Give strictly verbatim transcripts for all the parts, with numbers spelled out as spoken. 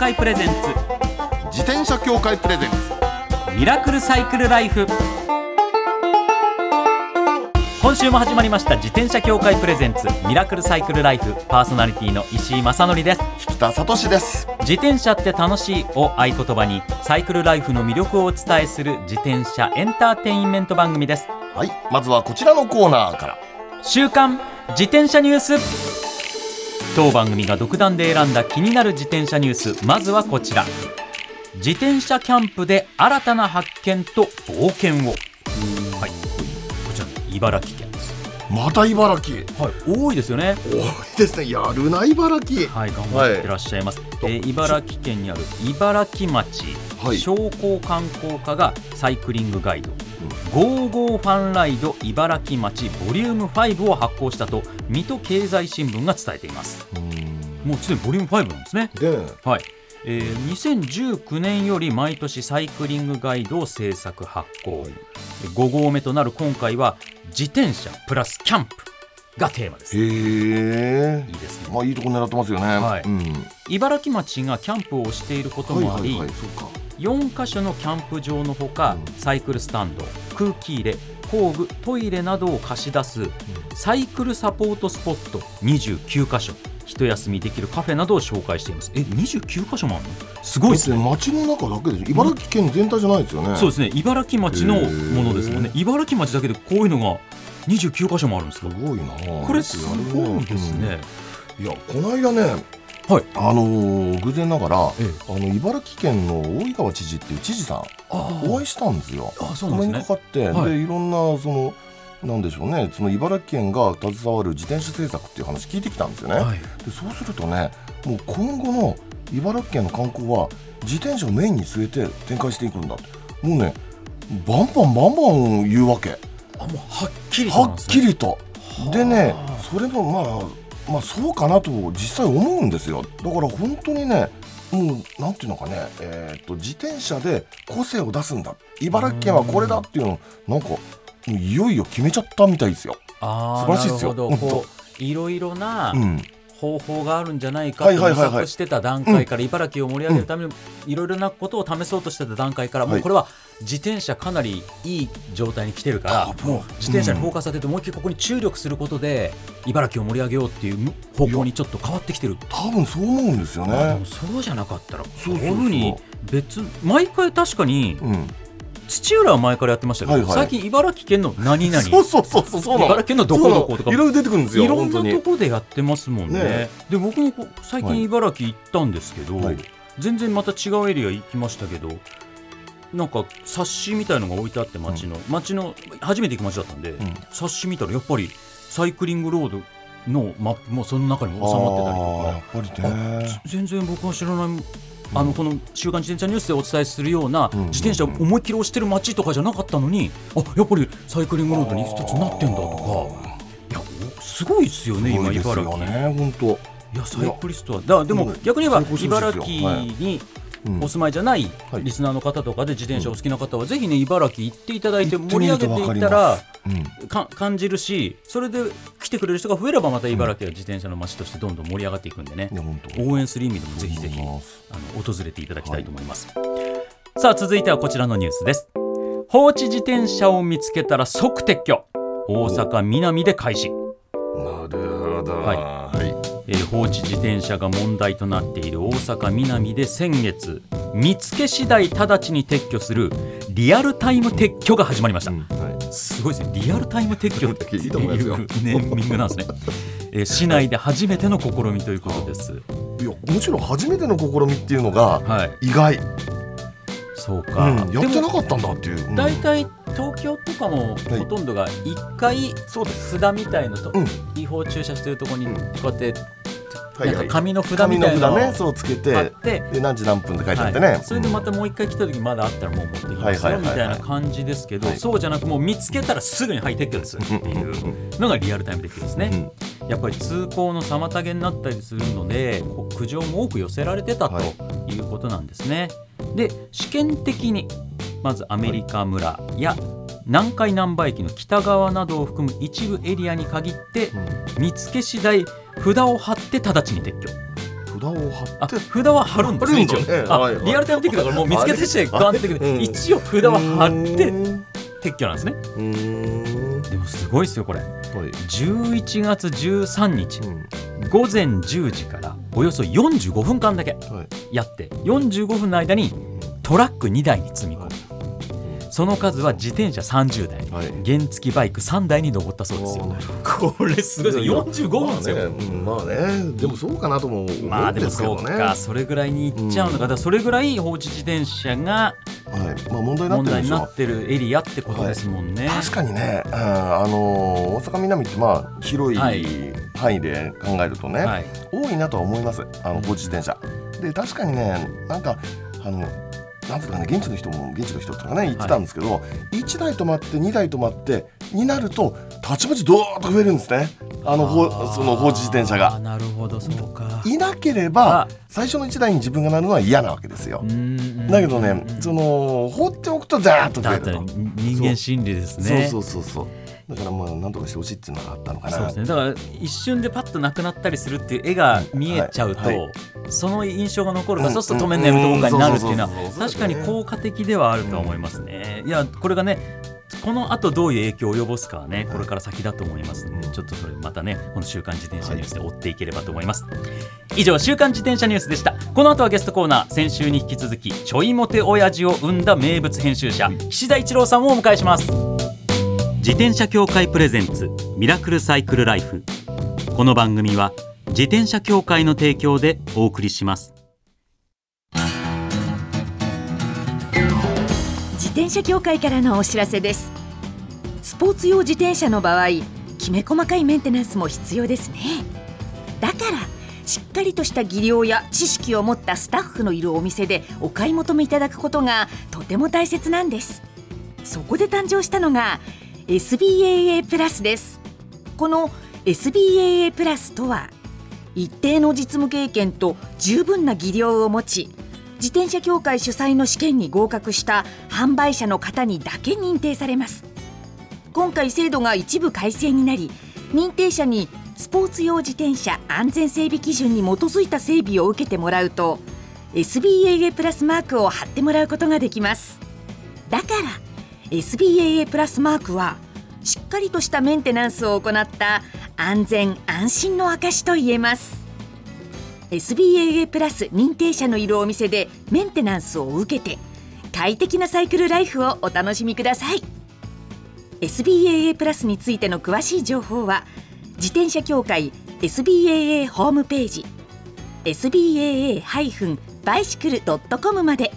会プレゼンツ自転車協会プレゼンツミラクルサイクルライフ。今週も始まりました自転車協会プレゼンツミラクルサイクルライフ。パーソナリティの石井正則です。 引田聡です。 自転車って楽しいを合言葉にサイクルライフの魅力をお伝えする自転車エンターテインメント番組です。 はい、まずはこちらのコーナーから。 週刊自転車ニュース。当番組が独断で選んだ気になる自転車ニュース、まずはこちら。自転車キャンプで新たな発見と冒険を。はい、こちら茨城県です。 また茨城、 はい、多いですよね。 多いですね。やるな茨城。 はい、頑張ってらっしゃいます、はい。えー、茨城県にある茨城町、はい、商工観光課がサイクリングガイド、うん、ゴーゴーファンライド茨城町ボリュームファイブを発行したと水戸経済新聞が伝えています。うん、もうすでにボリュームファイブなんですね。 で、 はい、えー、にせんじゅうきゅうねんより毎年サイクリングガイドを制作発行、はい、ご号目となる今回は自転車プラスキャンプがテーマです。 へー、 いいですね。 まあ、いいとこ狙ってますよね。はい、うん、 茨城町がキャンプをしていることもあり、はいはいはい、そうか、よんかしょのキャンプ場のほか、うん、サイクルスタンド、空気入れ、工具、トイレなどを貸し出す、うん、サイクルサポートスポットにじゅうきゅうかしょ、一休みできるカフェなどを紹介しています。え、にじゅうきゅうかしょもあるの？すごいですね。 町の中だけです。茨城県全体じゃないですよね。 そうですね、茨城町のものですもんね。茨城町だけでこういうのがにじゅうきゅうかしょもあるんですか。 すごいな。 これすごいですね。 うん、いや、この間ね、はい、あのー、偶然ながら、ええ、あの茨城県の大井川知事っていう知事さんお会いしたんですよ。 ああ、そうなんですね。 お目にかかって、はい、でいろんなそのなんでしょうね、その茨城県が携わる自転車政策っていう話聞いてきたんですよね。はい、でそうするとね、もう今後の茨城県の観光は自転車をメインに据えて展開していくんだって、もうねバンバンバンバン言うわけ。 あ、もうはっきりとなんですね。 はっきりと。でね、それもまあまあそうかなと実際思うんですよ。だから本当にね、もうなんていうのかね、えー、っと自転車で個性を出すんだ、茨城県はこれだっていうのをなんかいよいよ決めちゃったみたいですよ。 あ、 素晴らしいですよ。 なるほど。こういろいろな方法があるんじゃないかと模索してた段階から、茨城を盛り上げるためにいろいろなことを試そうとしてた段階から、もうこれは自転車かなりいい状態に来てるから、もう自転車にフォーカス当ててもう一回ここに注力することで茨城を盛り上げようっていう方向にちょっと変わってきてる。 多分そう思うんですよね。 でもそうじゃなかったらこういうふうに別毎回確かに、うん、土浦は前からやってましたけど、はいはい、最近茨城県の何々、 そうそうそうそうそう、 茨城県のどこどことかいろいろ出てくるんですよ。 いろんなとこでやってますもん ね, ね。で僕も最近茨城行ったんですけど、はい、全然また違うエリア行きましたけど、なんか冊子みたいのが置いてあって、町の、うん、町の初めて行く町だったんで、うん、冊子見たらやっぱりサイクリングロードのマップもその中に収まってたりとか、 やっぱりね、 全然僕は知らない、あのこの週刊自転車ニュースでお伝えするような自転車を思いっきり押してる街とかじゃなかったのに、あ、やっぱりサイクリングロードに一つなってんだとか、いやすごいですよね。今茨城ね、 本当。 いやサイクリストはだでも逆に言えば茨城にお住まいじゃないリスナーの方とかで自転車お好きな方はぜひね、茨城行っていただいて盛り上げていったらか感じるし、それで来てくれる人が増えればまた茨城は自転車の街としてどんどん盛り上がっていくんでね、応援する意味でもぜひぜひあの訪れていただきたいと思います。はい、さあ続いてはこちらのニュースです。放置自転車を見つけたら即撤去、大阪南で開始。 なるほど、 はいはいえー、放置自転車が問題となっている大阪南で先月、見つけ次第直ちに撤去するリアルタイム撤去が始まりました。うんはい、すごいですね、リアルタイム撤去っていうネーミングなんですね。えー、市内で初めての試みということです。 いやもちろん初めての試みっていうのが意外、はい、 そうか、 うん、やってなかったんだっていう。 だいたい東京とかもほとんどがいっかい札みたいのと、うん、違法駐車してるところにこうやってなんか紙の札みたいなのをそうつけて、で何時何分って書いてあってね、はい、 それでまたもう一回来た時まだあったらもう持ってきますよみたいな感じですけど、そうじゃなくもう見つけたらすぐにはい撤去ですっていうのがリアルタイム撤去ですね。やっぱり通行の妨げになったりするので苦情も多く寄せられてたということなんですね。で試験的にまずアメリカ村や南海難波駅の北側などを含む一部エリアに限って見つけ次第札を貼って直ちに撤去。 札を貼って、 札は貼るんですね、一応、ね、あ、はいはい、リアルタイム撤去だからもう見つけてしてガンって、うん、一応札は貼って撤去なんですね。うーん、でもすごいですよこれ、はい、じゅういちがつじゅうさんにち、うん、ごぜんじゅうじからおよそよんじゅうごふんかんだけやって、はい、よんじゅうごふんの間にトラックにだいに積み込む、はい、その数は自転車さんじゅうだい、はい、原付バイクさんだいに上ったそうですよ。これすごいですよ、よんじゅうごふんですよ。 まあね、まあね、でもそうかなとも思うんですけどね。まあでもそうか、それぐらいにいっちゃうのか、だからそれぐらい放置自転車が、はいまあ、問題になってるでしょ、問題になってるエリアってことですもんね、 はい、確かにね、うん、あのー、大阪南ってまあ広い範囲で考えるとね、はい、多いなとは思います、あの放置自転車、うん、で確かにね、なんかあのなんていうかね、現地の人も現地の人とかね言ってたんですけど、はい、いちだい止まってにだい止まってになるとたちまちドーッと増えるんですね、あのあその放置自転車が。 なるほど、そうか。 いなければ最初のいちだいに自分がなるのは嫌なわけですよ。だけどね、その放っておくとダーッと増えると。 人間心理ですね。 そうそうそうそう。だからまあ何とかしてほしいっていうのがあったのかな。 そうですね、だから一瞬でパッとなくなったりするっていう絵が見えちゃうと、はいはい、その印象が残るから、うん、そうすると止めんのやめとこうかになるっていうのは確かに効果的ではあると思いますね、うん、いやこれがねこの後どういう影響を及ぼすかはねこれから先だと思いますので、ちょっとそれまたねこの週刊自転車ニュースで追っていければと思います、はい、以上週刊自転車ニュースでした。この後はゲストコーナー、先週に引き続きちょいモテ親父を生んだ名物編集者岸田一郎さんをお迎えします。自転車協会プレゼンツミラクルサイクルライフ。この番組は自転車協会の提供でお送りします。 自転車協会からのお知らせです。スポーツ用自転車の場合、きめ細かいメンテナンスも必要ですね。だからしっかりとした技量や知識を持ったスタッフのいるお店でお買い求めいただくことがとても大切なんです。そこで誕生したのがエスビーエーエー プラスです。この エスビーエーエー プラスとは、一定の実務経験と十分な技量を持ち、自転車協会主催の試験に合格した販売者の方にだけ認定されます。今回制度が一部改正になり、認定者にスポーツ用自転車安全整備基準に基づいた整備を受けてもらうと エスビーエーエー プラスマークを貼ってもらうことができます。だからエスビーエーエー プラスマークはしっかりとしたメンテナンスを行った安全安心の証と言えます。 エスビーエーエー プラス認定者のいるお店でメンテナンスを受けて快適なサイクルライフをお楽しみください。 エスビーエーエー プラスについての詳しい情報は自転車協会 エスビーエーエー ホームページ エスビーエーエー バイシクル ドットコム まで。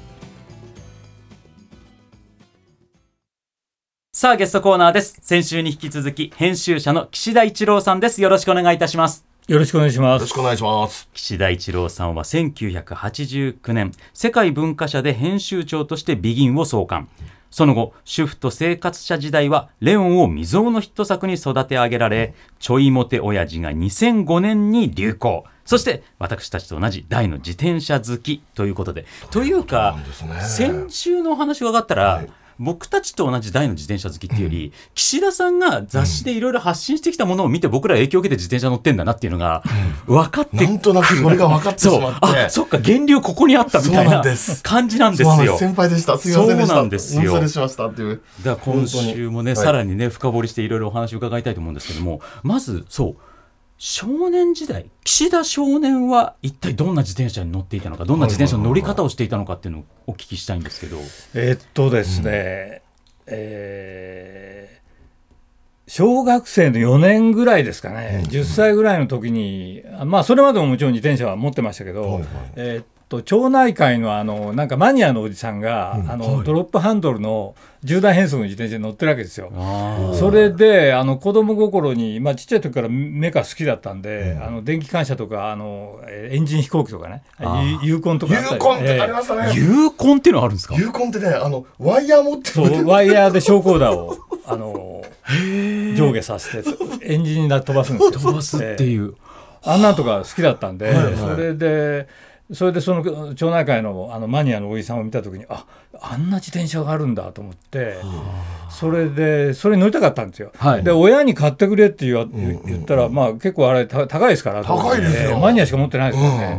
さあゲストコーナーです。先週に引き続き編集者の岸田一郎さんです。よろしくお願いいたします。 よろしくお願いします。 よろしくお願いします。 岸田一郎さんはせんきゅうひゃくはちじゅうきゅうねん世界文化社で編集長としてビギンを創刊。その後主婦と生活者時代はレオンを未曾有のヒット作に育て上げられ、ちょいモテ親父がにせんごねんに流行。そして私たちと同じ大の自転車好きということで、というか先週のお話が分かったら、はい、僕たちと同じ大の自転車好きっていうより、うん、岸田さんが雑誌でいろいろ発信してきたものを見て僕ら影響を受けて自転車乗ってんだなっていうのが分かって、うん、 なんとなくそれが分かってしまって、 あ、そっか源流ここにあったみたいな感じなんですよ。 先輩でした、すいませんでした。 そうなんですよ。 お忘れしましたっていう。 だから今週もね、はい、さらにね深掘りしていろいろお話を伺いたいと思うんですけども、まずそう少年時代、岸田少年は一体どんな自転車に乗っていたのか、どんな自転車の乗り方をしていたのかっていうのをお聞きしたいんですけど。 えー、っとですね、うんえー、小学生のよねんぐらいですかね、うん、じゅっさいぐらいの時に、まあそれまでももちろん自転車は持ってましたけど、はいはい、えー、っと町内会のあのなんかマニアのおじさんが、うん、あのドロップハンドルのじゅうだい変速の自転車に乗ってるわけですよ。それであの子供心に、まあ、ちっちゃい時からメカ好きだったんで、うん、あの電気機関車とかあのエンジン飛行機とかね、ユーコンとかあったり、 ユーコンってありましたね。 ユーコンっていうのあるんですか。 ユーコンってね、あのワイヤー持ってる、 そうワイヤーで昇降台をあの上下させてエンジンに飛ばすんですよ。 飛ばすっていう、 えー、あんなんとか好きだったんで、はいはい、それでそれでその町内会 の, あのマニアのおじさんを見たときに、ああんな自転車があるんだと思って、それでそれに乗りたかったんですよ、はい、で親に買ってくれって 言, 言ったら、まあ、結構あれ高いですから、 高いですよ、 マニアしか持ってないですからね、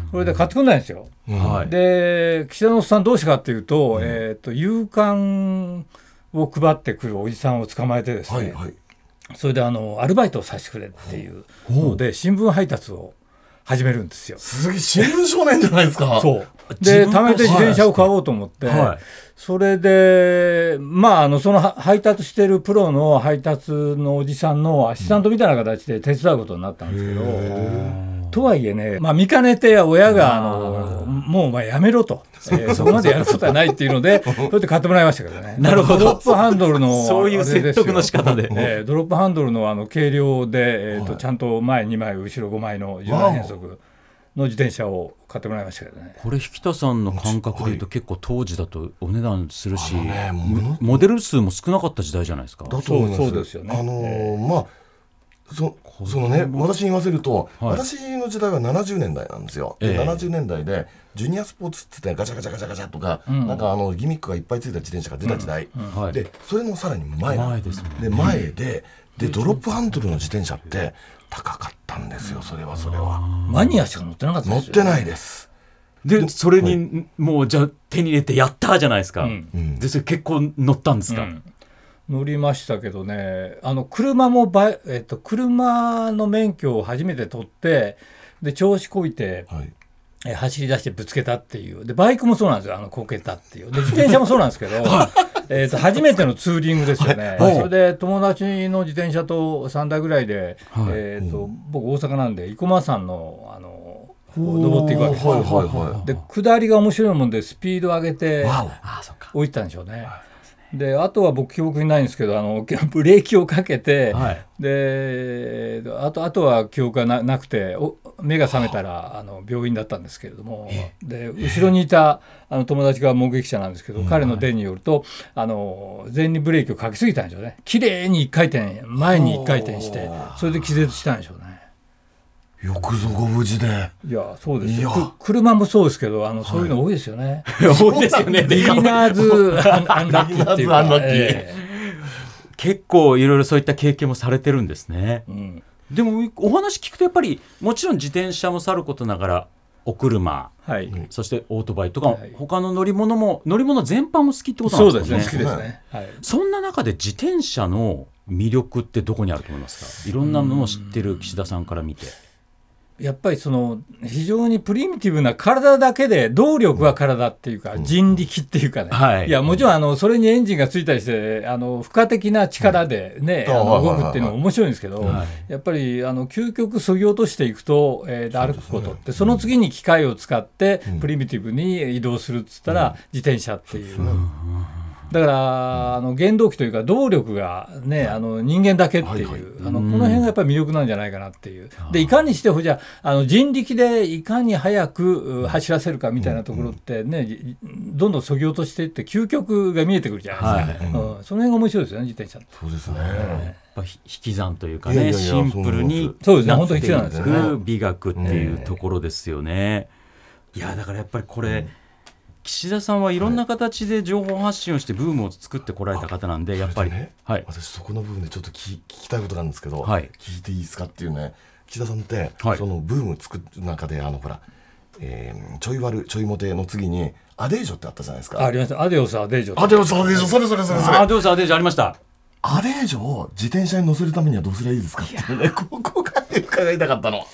それで買ってくんないんですよ、はい、で岸田のおっさんどうしたかっていうと、うんえー、と夕刊を配ってくるおじさんを捕まえてですね、はいはい、それであのアルバイトをさせてくれっていうので新聞配達を始めるんですよ。 すげえ新聞少年じゃないですか。 そうで貯めて自転車を買おうと思って、はい、それでまああのその配達してるプロの配達のおじさんのアシスタントみたいな形で手伝うことになったんですけど、うんとはいえね、まあ、見かねて親があのもうお前やめろと、えー、そこまでやることはないっていうのでそうやって買ってもらいましたけどね。 なるほど。 ドロップハンドルのそういう説得の仕方で、 えー、ドロップハンドルのあの軽量で、えーとはい、ちゃんと前にまい後ろごまいの柔軟変速の自転車を買ってもらいましたけどね。 これ引田さんの感覚でいうと結構当時だとお値段するし、ね、モデル数も少なかった時代じゃないですか。 だと思います。 そうですよね。 あのーえー、まあそ, そのね、私に言わせると、はい、私の時代はななじゅうねんだいなんですよ、えー、ななじゅうねんだいでジュニアスポーツって言ってガチャガチャガチャガチャとか、うん、なんかあのギミックがいっぱいついた自転車が出た時代、うんうん、でそれのさらに前前です、ね、 で前で、でドロップハンドルの自転車って高かったんですよ。それはそれはマニアしか乗ってなかったですよ、ね、 乗ってないです。 で, でそれに、はい、もうじゃあ手に入れてやったじゃないですか、うん、でそれ結構乗ったんですか。うん乗りましたけどね、あの車もば、えっと、車の免許を初めて取ってで調子こいて、はいえ走り出してぶつけたっていうでバイクもそうなんですよ、あのこけたっていうで自転車もそうなんですけどえと初めてのツーリングですよね、はい、それで友達の自転車とさんだいぐらいで、はいえー、と僕大阪なんで生駒山のあの登っていくわけですよ、はいはいはい、で下りが面白いもんでスピード上げて置いてたんでしょうね。であとは僕記憶にないんですけどあのブレーキをかけて、はい、で あ, とあとは記憶が な, なくてお目が覚めたらあの病院だったんですけれどもで後ろにいたあの友達が目撃者なんですけど、彼の伝によるとあの前にブレーキをかけすぎたんでしょうね。綺麗にいっかい転前にいっかい転してそれで気絶したんでしょうね。 よくぞご無事で。 いやそうですよ。車もそうですけどあのそういうの多いですよね、 はい、多いですよね。 ビギナーズアンラッキーっていうか、えー、結構いろいろそういった経験もされてるんですね、うん、でもお話聞くとやっぱりもちろん自転車もさることながらお車、はい、そしてオートバイとか、はい、他の乗り物も乗り物全般も好きってことなんですかね。 そうですね、好きですね、はい、 そんな中で自転車の魅力ってどこにあると思いますか。いろんなものを知ってる岸田さんから見て。 やっぱりその非常にプリミティブな体だけで動力は体っていうか人力っていうかね、はい、いやもちろんあのそれにエンジンがついたりしてあの付加的な力で、ねうん、あの動くっていうのも面白いんですけど、はい、やっぱりあの究極削ぎ落としていくと、えー、歩くことってその次に機械を使ってプリミティブに移動するっつったら自転車っていう、うんうんだからあの原動機というか動力が、ね、あの人間だけっていう、はいはい、あのこの辺がやっぱり魅力なんじゃないかなっていう。でいかにしてじゃあの人力でいかに速く走らせるかみたいなところってね、どんどん削ぎ落としていって究極が見えてくるじゃないですか、はいうん、その辺が面白いですよね自転車って。 そうですね、 やっぱ引き算というかねいやいやいやシンプルになっていく美学っていうところですよね、いやだからやっぱりこれ、うん岸田さんはいろんな形で情報発信をしてブームを作ってこられた方なんで、やっぱり、ねはい、 私そこの部分でちょっと 聞, 聞きたいことがあるんですけど、はい、聞いていいですかっていうね。岸田さんって、はい、そのブーム作る中であのほら、えー、ちょい悪ちょいモテの次にアデージョってあったじゃないですか。 あ, ありました。アデオスアデージョアデオスアデージョそれそれそれそれアデオスアデージョありました。 アデージョを自転車に乗せるためにはどうすればいいですかっていうねここが伺いたかったの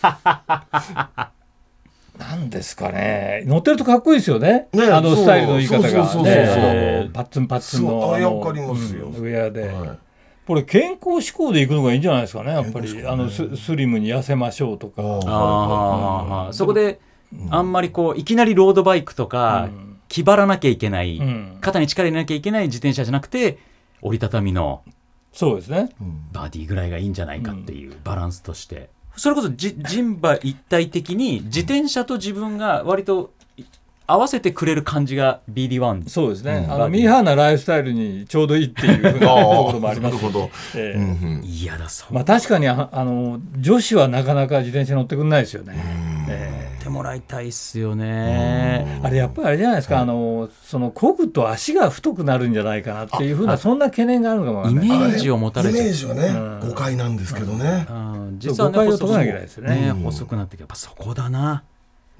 なんですかね乗ってるとかっこいいですよ ね, ねあのスタイルの言い方がねパッツンパッツンのあのわかりますよ、 うん、ウェアで、はい、これ健康志向でいくのがいいんじゃないですかねやっぱり、ね、あの ス, スリムに痩せましょうとかあ、うん、そこで、うん、あんまりこういきなりロードバイクとか、うん、気張らなきゃいけない、うん、肩に力入れなきゃいけない自転車じゃなくて折りたたみのそうですねバディぐらいがいいんじゃないかっていう、うん、バランスとしてそれこそ人馬一体的に自転車と自分が割と合わせてくれる感じが ビーディーワンそうですね、うん、あのミーハーなライフスタイルにちょうどいいっていうふうなところもありますなるほど、 えーうんうん、いやだそう、まあ、確かにああの女子はなかなか自転車乗ってくんないですよね、えー、 乗ってもらいたいっすよね。 あれやっぱりあれじゃないですか、はい、あのその漕ぐと足が太くなるんじゃないかなっていうふうなそんな懸念があるのかもわからない。 イメージを持たれてイメージはね、うん、誤解なんですけどね、 うん、実はね誤解を解かなきゃいけないですよね、 ね、細くなってきてやっぱそこだな。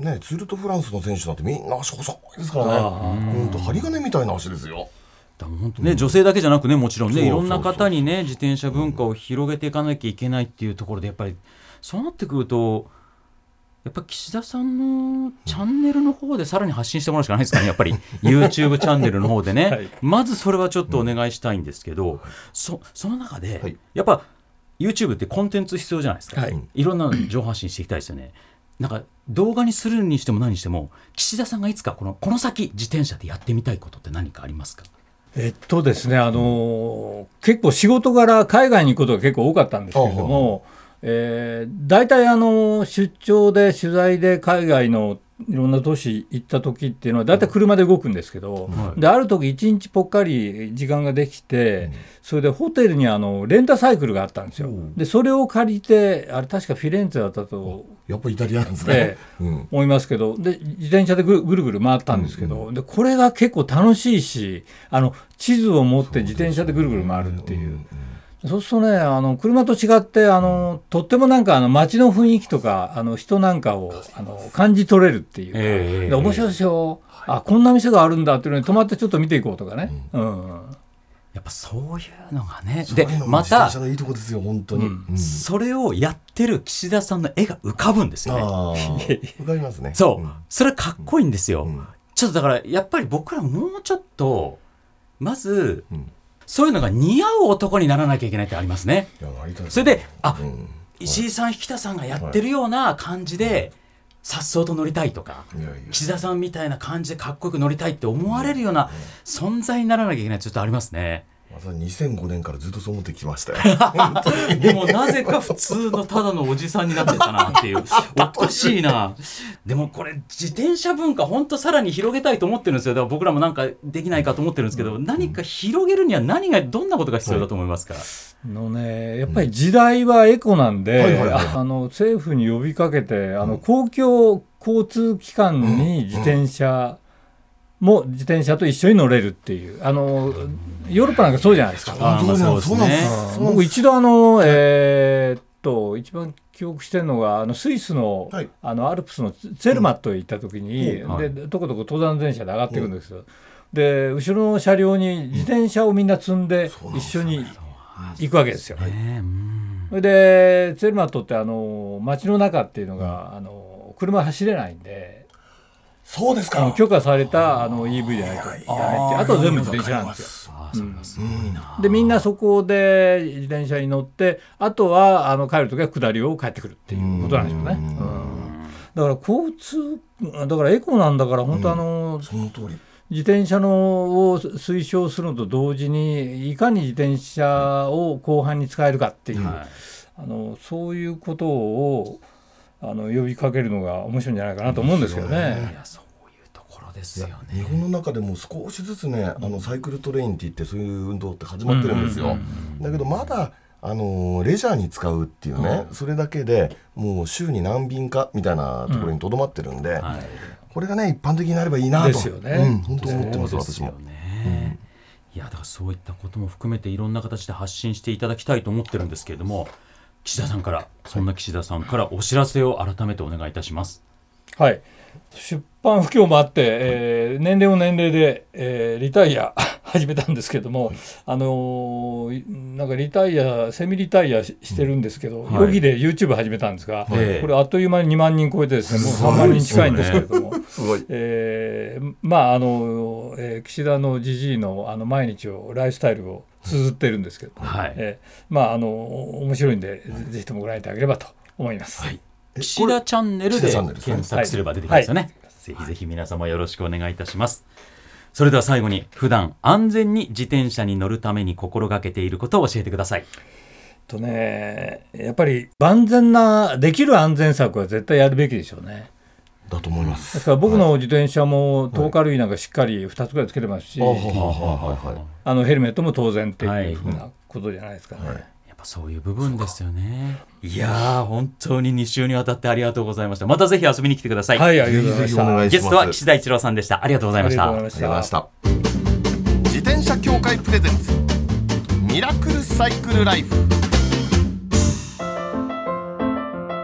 ね、ツール・ド・フランスの選手なんてみんな足細いですからね、ほんと針金みたいな足ですよ。 本当ね、うん、女性だけじゃなくね、もちろんね、いろんな方にね自転車文化を広げていかなきゃいけないっていうところで、やっぱりそうなってくるとやっぱ岸田さんのチャンネルの方でさらに発信してもらうしかないですかね、やっぱり YouTube チャンネルの方でね、はい、まずそれはちょっとお願いしたいんですけど、うん、そ, その中で、はい、やっぱ YouTube ってコンテンツ必要じゃないですか、はい、いろんな情報発信していきたいですよね。なんか動画にするにしても何にしても、岸田さんがいつかこの、この先自転車でやってみたいことって何かありますか？ えっとですね、あのー、結構仕事柄海外に行くことが結構多かったんですけれども、えー、大体あの出張で取材で海外のいろんな都市行った時っていうのは大体車で動くんですけど、はい、である時一日ぽっかり時間ができて、うん、それでホテルにあのレンタサイクルがあったんですよ、うん、でそれを借りて、あれ確かフィレンツェだったとやっぱりイタリアなんですね、 えーうん、思いますけど、で自転車でぐるぐるぐる回ったんですけど、うんうん、でこれが結構楽しいし、あの地図を持って自転車でぐるぐる回るっていう、そうするとね、あの車と違ってあのとってもなんかあの街の雰囲気とかあの人なんかをあの感じ取れるっていうか、えー、で面白いですよ、あこんな店があるんだっていうのに泊まってちょっと見ていこうとかね、うんうん、 やっぱそういうのがね、でまた自転車のいいとこですよ本当に、 うんうん、それをやってる岸田さんの絵が浮かぶんですよね。 あ浮かびますね。 そう、うん、それかっこいいんですよ、うん、ちょっとだからやっぱり僕らもうちょっとまず、うん、そういうのが似合う男にならなきゃいけないってありますね。それで、あ、うん、石井さん、引田さんがやってるような感じで颯爽と乗りたいとか、いやいや岸田さんみたいな感じでかっこよく乗りたいって思われるような存在にならなきゃいけないってちょっとありますね。 まさににせんごねんからずっとそう思ってきましたよでもなぜか普通のただのおじさんになってたなっていう、おかしいな。でもこれ自転車文化本当さらに広げたいと思ってるんですよ。だから僕らもなんかできないかと思ってるんですけど、うん、何か広げるには何がどんなことが必要だと思いますか？はい、 のね、やっぱり時代はエコなんで、あの政府に呼びかけて、あの公共交通機関に自転車も自転車と一緒に乗れるっていう、あのヨーロッパなんかそうじゃないですか。 あ、そうなんですね。 僕一度あの、えー、っと一番記憶してるのがあのスイスの、はい、あのアルプスのツェルマットへ行った時に、うん、でどこどこ登山電車で上がっていくんですよ、うん、で後ろの車両に自転車をみんな積んで一緒に行くわけですよ。それでツェルマットってあの街の中っていうのが、うん、あの車走れないんで。 そうですか。 許可されたあの イーブイ じゃないといけないって、あとは全部自転車なんですよ。あ、うん、すごいな。でみんなそこで自転車に乗って、あとはあの帰るときは下りを帰ってくるっていうことなんですよね。うん、だから交通だからエコなんだから本当あの、うん、その通り。自転車のを推奨するのと同時にいかに自転車を後半に使えるかっていう、うん、あのそういうことをあの呼びかけるのが面白いんじゃないかなと思うんですけどね。 いやそういうところですよね。 日本の中でも少しずつね、あのサイクルトレインって言ってそういう運動って始まってるんですよ。だけどまだあのレジャーに使うっていうね、うん、それだけでもう週に何便かみたいなところにとどまってるんで、うんはい、これがね一般的になればいいなとですよね、うん、本当思ってます。私も、ねうん、いやだからそういったことも含めていろんな形で発信していただきたいと思ってるんですけれども、岸田さんからそんな岸田さんからお知らせを改めてお願いいたします。 はい、出版不況もあって、えー、年齢も年齢で、えー、リタイア始めたんですけども、はい、あのー、なんかリタイアセミリタイア し, してるんですけど、うんはい、容疑で YouTube 始めたんですが、はい、これあっという間ににまんにん超えてですね、もうさんまんにん近いんですけれども、すごい、えー、まああの、えー、岸田のジジイのあの毎日をライフスタイルを綴ってるんですけど、はいえー、まああの面白いんでぜひともご覧いただければと思います。はい、 岸田チャンネルで検索すれば出てきますよね、はいはい、ぜひぜひ皆様よろしくお願いいたします。それでは最後に普段安全に自転車に乗るために心がけていることを教えてください。 とね、やっぱり万全なできる安全策は絶対やるべきでしょうね。 だと思います。 ですから僕の自転車もトーカルイなんかしっかりふたつぐらいつけてますし、はい、あのヘルメットも当然っていうふうなことじゃないですかね、はいはい、 やっぱそういう部分ですよね。いやー本当にに週にわたってありがとうございました。またぜひ遊びに来てください。 はい、ありがとうございました。 ゲストは岸田一郎さんでした。ありがとうございました。 ありがとうございました。自転車協会プレゼンツミラクルサイクルライフ。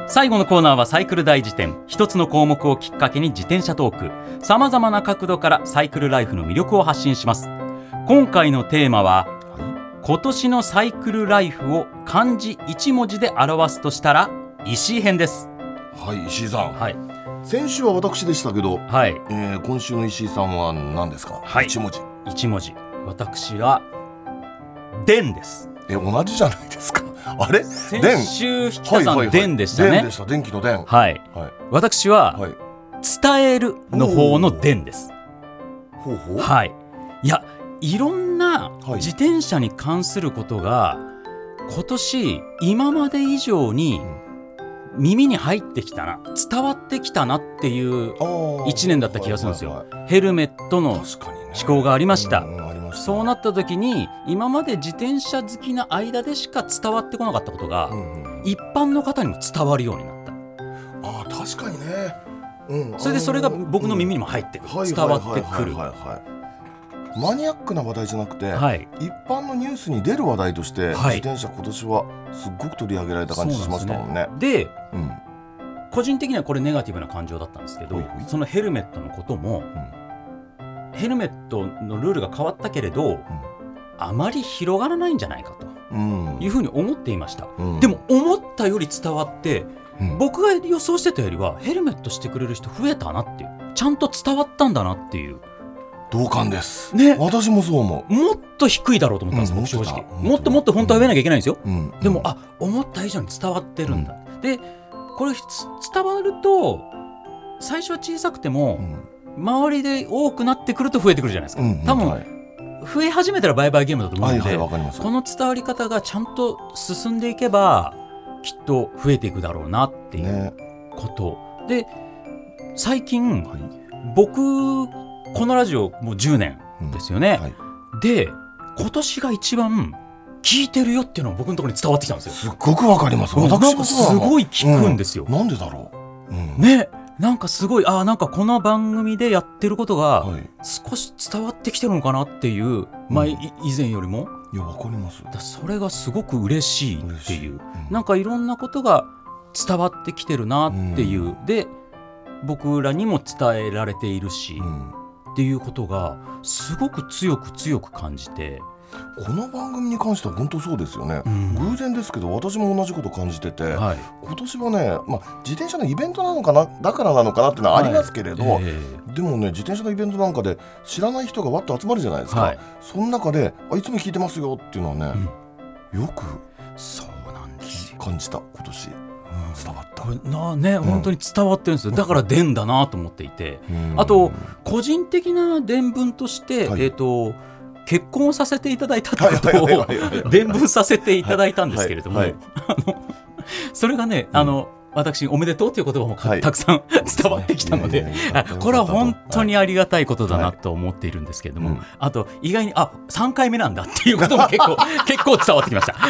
最後のコーナーはサイクル大辞典。一つの項目をきっかけに自転車トーク、さまざまな角度からサイクルライフの魅力を発信します。今回のテーマは、はい、今年のサイクルライフを漢字一文字で表すとしたら石井編です。 はい、石井さん、 はい、 先週は私でしたけど、 はい、 えー、今週の石井さんは何ですか？ はい、 一文字。 一文字、私は電です。 え、同じじゃないですか。あれ、 先週引田さん、はいはいはい、電でしたね。 電でした。電気の電。 はい、はい、私は、はい、伝えるの方の電です。 ほうほう。 はい。いや、いろんな自転車に関することが今年今まで以上に耳に入ってきたな、伝わってきたなっていういちねんだった気がするんですよ、はいはいはい、ヘルメットの施行がありました、うんうん、ありました。そうなった時に今まで自転車好きな間でしか伝わってこなかったことが、うんうん、一般の方にも伝わるようになった。 あ、確かにね、うん、 それでそれが僕の耳にも入ってくる、うん、伝わってくる。 マニアックな話題じゃなくて、 はい、 一般のニュースに出る話題として、はい、自転車今年はすっごく取り上げられた感じしましたもんね。 で、うん、個人的にはこれネガティブな感情だったんですけど、そのヘルメットのことも、うん、ヘルメットのルールが変わったけれど、うん、あまり広がらないんじゃないかというふうに思っていました、うん、でも思ったより伝わって、うん、僕が予想してたよりはヘルメットしてくれる人増えたなっていう、ちゃんと伝わったんだなっていう、 同感です、 ね、 私もそう思う。 もっと低いだろうと思ったんです、うん、僕正直もっともっと本当は増えなきゃいけないんですよ、うん、でも、あ、思った以上に伝わってるんだ、うん、でこれ伝わると最初は小さくても、うん、周りで多くなってくると増えてくるじゃないですか、うん、多分、はい、増え始めたらバイバイゲームだと思うので、はいはい、この伝わり方がちゃんと進んでいけばきっと増えていくだろうなっていうこと、ね、で最近、はい、僕このラジオもうじゅうねんですよね、うんはい、で今年が一番聞いてるよっていうのが僕のところに伝わってきたんですよ。 すっごくわかります。 私もすごい聞くんですよ、 うん、なんでだろう、うん、 ね、なんかすごい、あ、なんかこの番組でやってることが少し伝わってきてるのかなっていう、うん、前以前よりも、 いや、わかります。 だそれがすごく嬉しいっていう、うん、なんかいろんなことが伝わってきてるなっていう、うん、で僕らにも伝えられているし、うんっていうことがすごく強く強く感じて、 この番組に関しては本当そうですよね、うん、偶然ですけど私も同じこと感じてて、はい、今年はね、まあ、自転車のイベントなのかな、だからなのかなってのはありますけれど、はい、えー、でもね、自転車のイベントなんかで知らない人がわっと集まるじゃないですか、はい、その中で、あ、いつも聞いてますよっていうのはね、うん、よくそうなんですよ、 感じた。今年伝わった、 これな、ね、うん、本当に伝わってるんですよ。だから伝だなと思っていて、うん、あと個人的な伝聞として、はい、えーと結婚をさせていただいたってことを伝聞させていただいたんですけれども、それがね、うん、あの私おめでとうという言葉も、はい、たくさん伝わってきたので、これは本当にありがたいことだなと思っているんですけれども、はい、あと意外にあさんかいめなんだっていうことも結構結構伝わってきました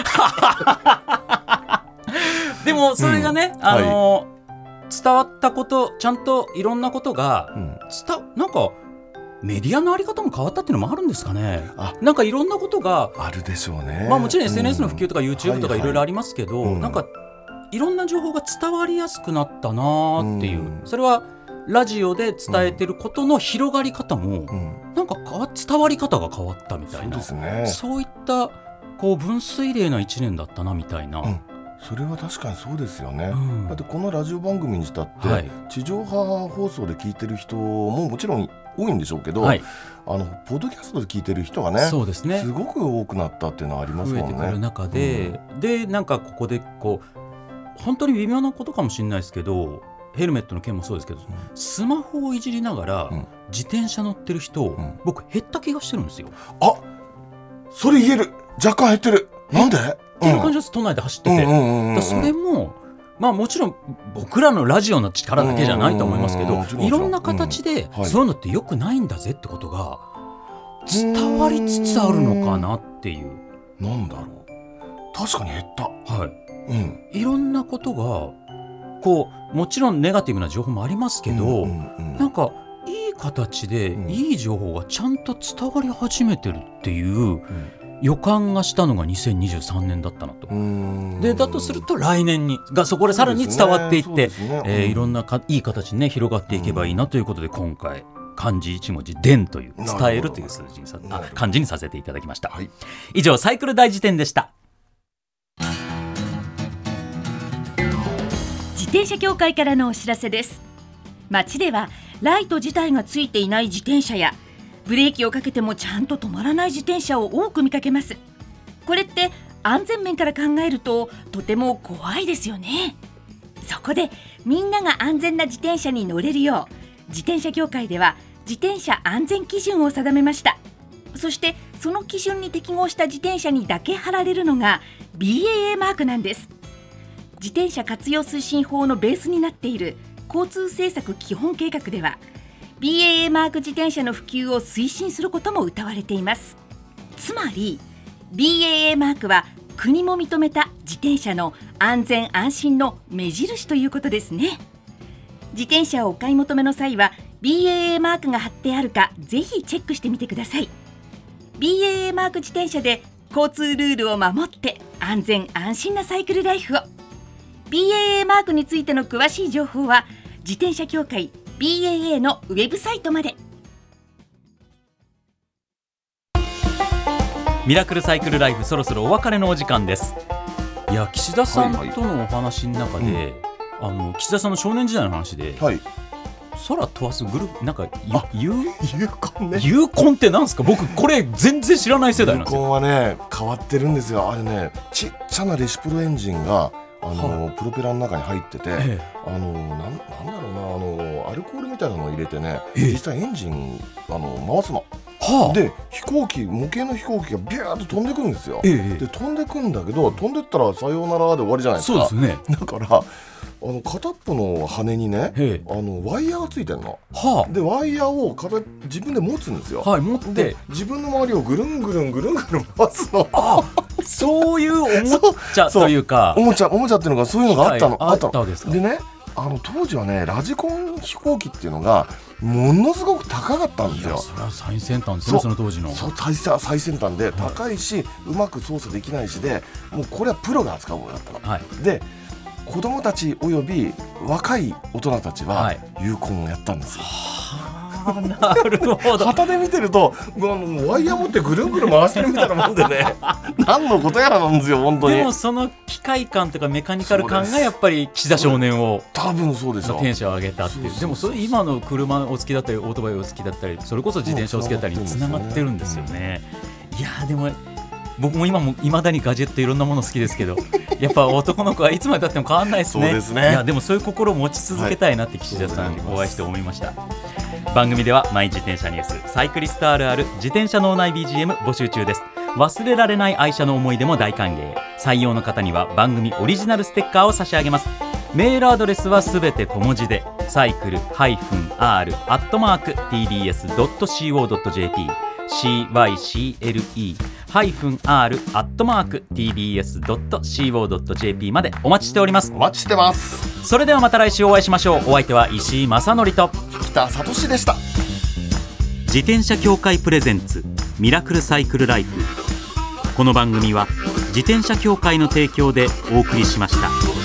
でもそれがね、うん、あの、はい、伝わったこと、ちゃんといろんなことが、うん、伝なんかメディアのあり方も変わったっていうのもあるんですかね。なんかいろんなことがあるでしょうね。 まあ、もちろん エスエヌエス の普及とか YouTube とかいろいろありますけど、はいはい、なんかいろんな情報が伝わりやすくなったなっていう、うん、それはラジオで伝えてることの広がり方も、うん、なんか変わ伝わり方が変わったみたいな、 そうですね、 そういったこう分水嶺ないちねんだったなみたいな、うん、 それは確かにそうですよね、うん、だってこのラジオ番組にしたって、はい、地上波放送で聞いてる人ももちろん多いんでしょうけど、はい、あのポッドキャストで聞いてる人がね、そうですね、すごく多くなったっていうのはありますもんね。 増えてくる中で、うん、でなんかここでこう本当に微妙なことかもしれないですけど、ヘルメットの件もそうですけど、うん、スマホをいじりながら、うん、自転車乗ってる人、うん、僕減った気がしてるんですよ。 あ、それ言える、若干減ってる、なんでっていう感じです、都内で走ってて、だそれもまあもちろん僕らのラジオの力だけじゃないと思いますけど、いろんな形でそういうのって良くないんだぜってことが伝わりつつあるのかなっていう。 なんだろう、確かに減った、はい、 うん、いろんなことがこうもちろんネガティブな情報もありますけど、うんうんうん、なんかいい形でいい情報がちゃんと伝わり始めてるっていう、うん、 予感がしたのがにせんにじゅうさんねんだったなと。でだとすると来年にがそこでさらに伝わっていって、ねえー、いろんなかいい形に、ね、広がっていけばいいなということで、今回漢字いち文字伝という伝えるという数字にさあ漢字にさせていただきました、はい、以上サイクル大辞典でした。 自転車協会からのお知らせです。街ではライト自体がついていない自転車やブレーキをかけてもちゃんと止まらない自転車を多く見かけます。これって安全面から考えるととても怖いですよね。そこでみんなが安全な自転車に乗れるよう、自転車協会では自転車安全基準を定めました。そしてその基準に適合した自転車にだけ貼られるのが ビーエーエー マークなんです。自転車活用推進法のベースになっている交通政策基本計画では ビーエーエー マーク自転車の普及を推進することも謳われています。つまり ビーエーエー マークは国も認めた自転車の安全安心の目印ということですね。自転車をお買い求めの際は ビーエーエー マークが貼ってあるかぜひチェックしてみてください。 ビーエーエー マーク自転車で交通ルールを守って安全安心なサイクルライフを。 ビーエーエー マークについての詳しい情報は自転車協会 ビーエーエー のウェブサイトまで。 ミラクルサイクルライフ、そろそろお別れのお時間です。いや岸田さんとのお話の中で、はいはい、あの岸田さんの少年時代の話で、はい、空飛ばすグループなんか有婚ね、 有婚ってなんですか？僕これ全然知らない世代なんですよ。 有婚はね変わってるんですよ。あれねちっちゃなレシプロエンジンがあの、はあ、プロペラの中に入ってて、ええ、あのなん、なんだろうなあのアルコールみたいなのを入れてね、ええ、実際エンジンあの回すの、はあ、で飛行機模型の飛行機がビューッと飛んでくるんですよ、ええ、で飛んでくんだけど飛んでったらさようならで終わりじゃないですか。 そうですね。 だからあの片っぽの羽にね、あのワイヤーがついてるの、はあ、でワイヤーを自分で持つんですよ、 はい、持って自分の周りをぐるんぐるんぐるんぐるん回すの。 あそういうおもちゃというかおもちゃおもちゃっていうのがそういうのがあったの、 あったのですか。 でねあの当時はねラジコン飛行機っていうのがものすごく高かったんですよ。いやそれは最先端ですね。 そ, その当時のそう最先端で高いし、はい、うまく操作できないしでもうこれはプロが扱うものだったの、はい、で子供たちおよび若い大人たちは有婚をやったんですよ、 はい、なるほど。 旗で見てるとワイヤー持ってぐるんぐる回してるみたいなもんでね何のことやらなんですよ本当に。 でもその機械感とかメカニカル感がやっぱり岸田少年を多分そうでしょうテンションを上げたっていう。そうそうそう。でもそれ今の車お好きだったりオートバイお好きだったりそれこそ自転車お好きだったりにつながってるんですよね、うん、いやでも僕も今も未だにガジェットいろんなもの好きですけどやっぱ男の子はいつまでたっても変わんないですね。 そうですね。 いやでもそういう心を持ち続けたいなって岸田さんにお会いして思いました。番組ではマイ自転車ニュースサイクリストあるある自転車脳内 ビージーエム 募集中です。忘れられない愛車の思い出も大歓迎。採用の方には番組オリジナルステッカーを差し上げます。メールアドレスはすべて小文字でサイクル -アール アットマーク ティーディーエス ドット シーオー ドット ジェーピー シーワイシーエルイー アール アットマーク ティーディーエス ドット シーオー ドット ジェーピー までお待ちしております。 お待ちしてます。 それではまた来週お会いしましょう。お相手は石井正則と北里志でした。 自転車協会プレゼンツミラクルサイクルライフ。この番組は自転車協会の提供でお送りしました。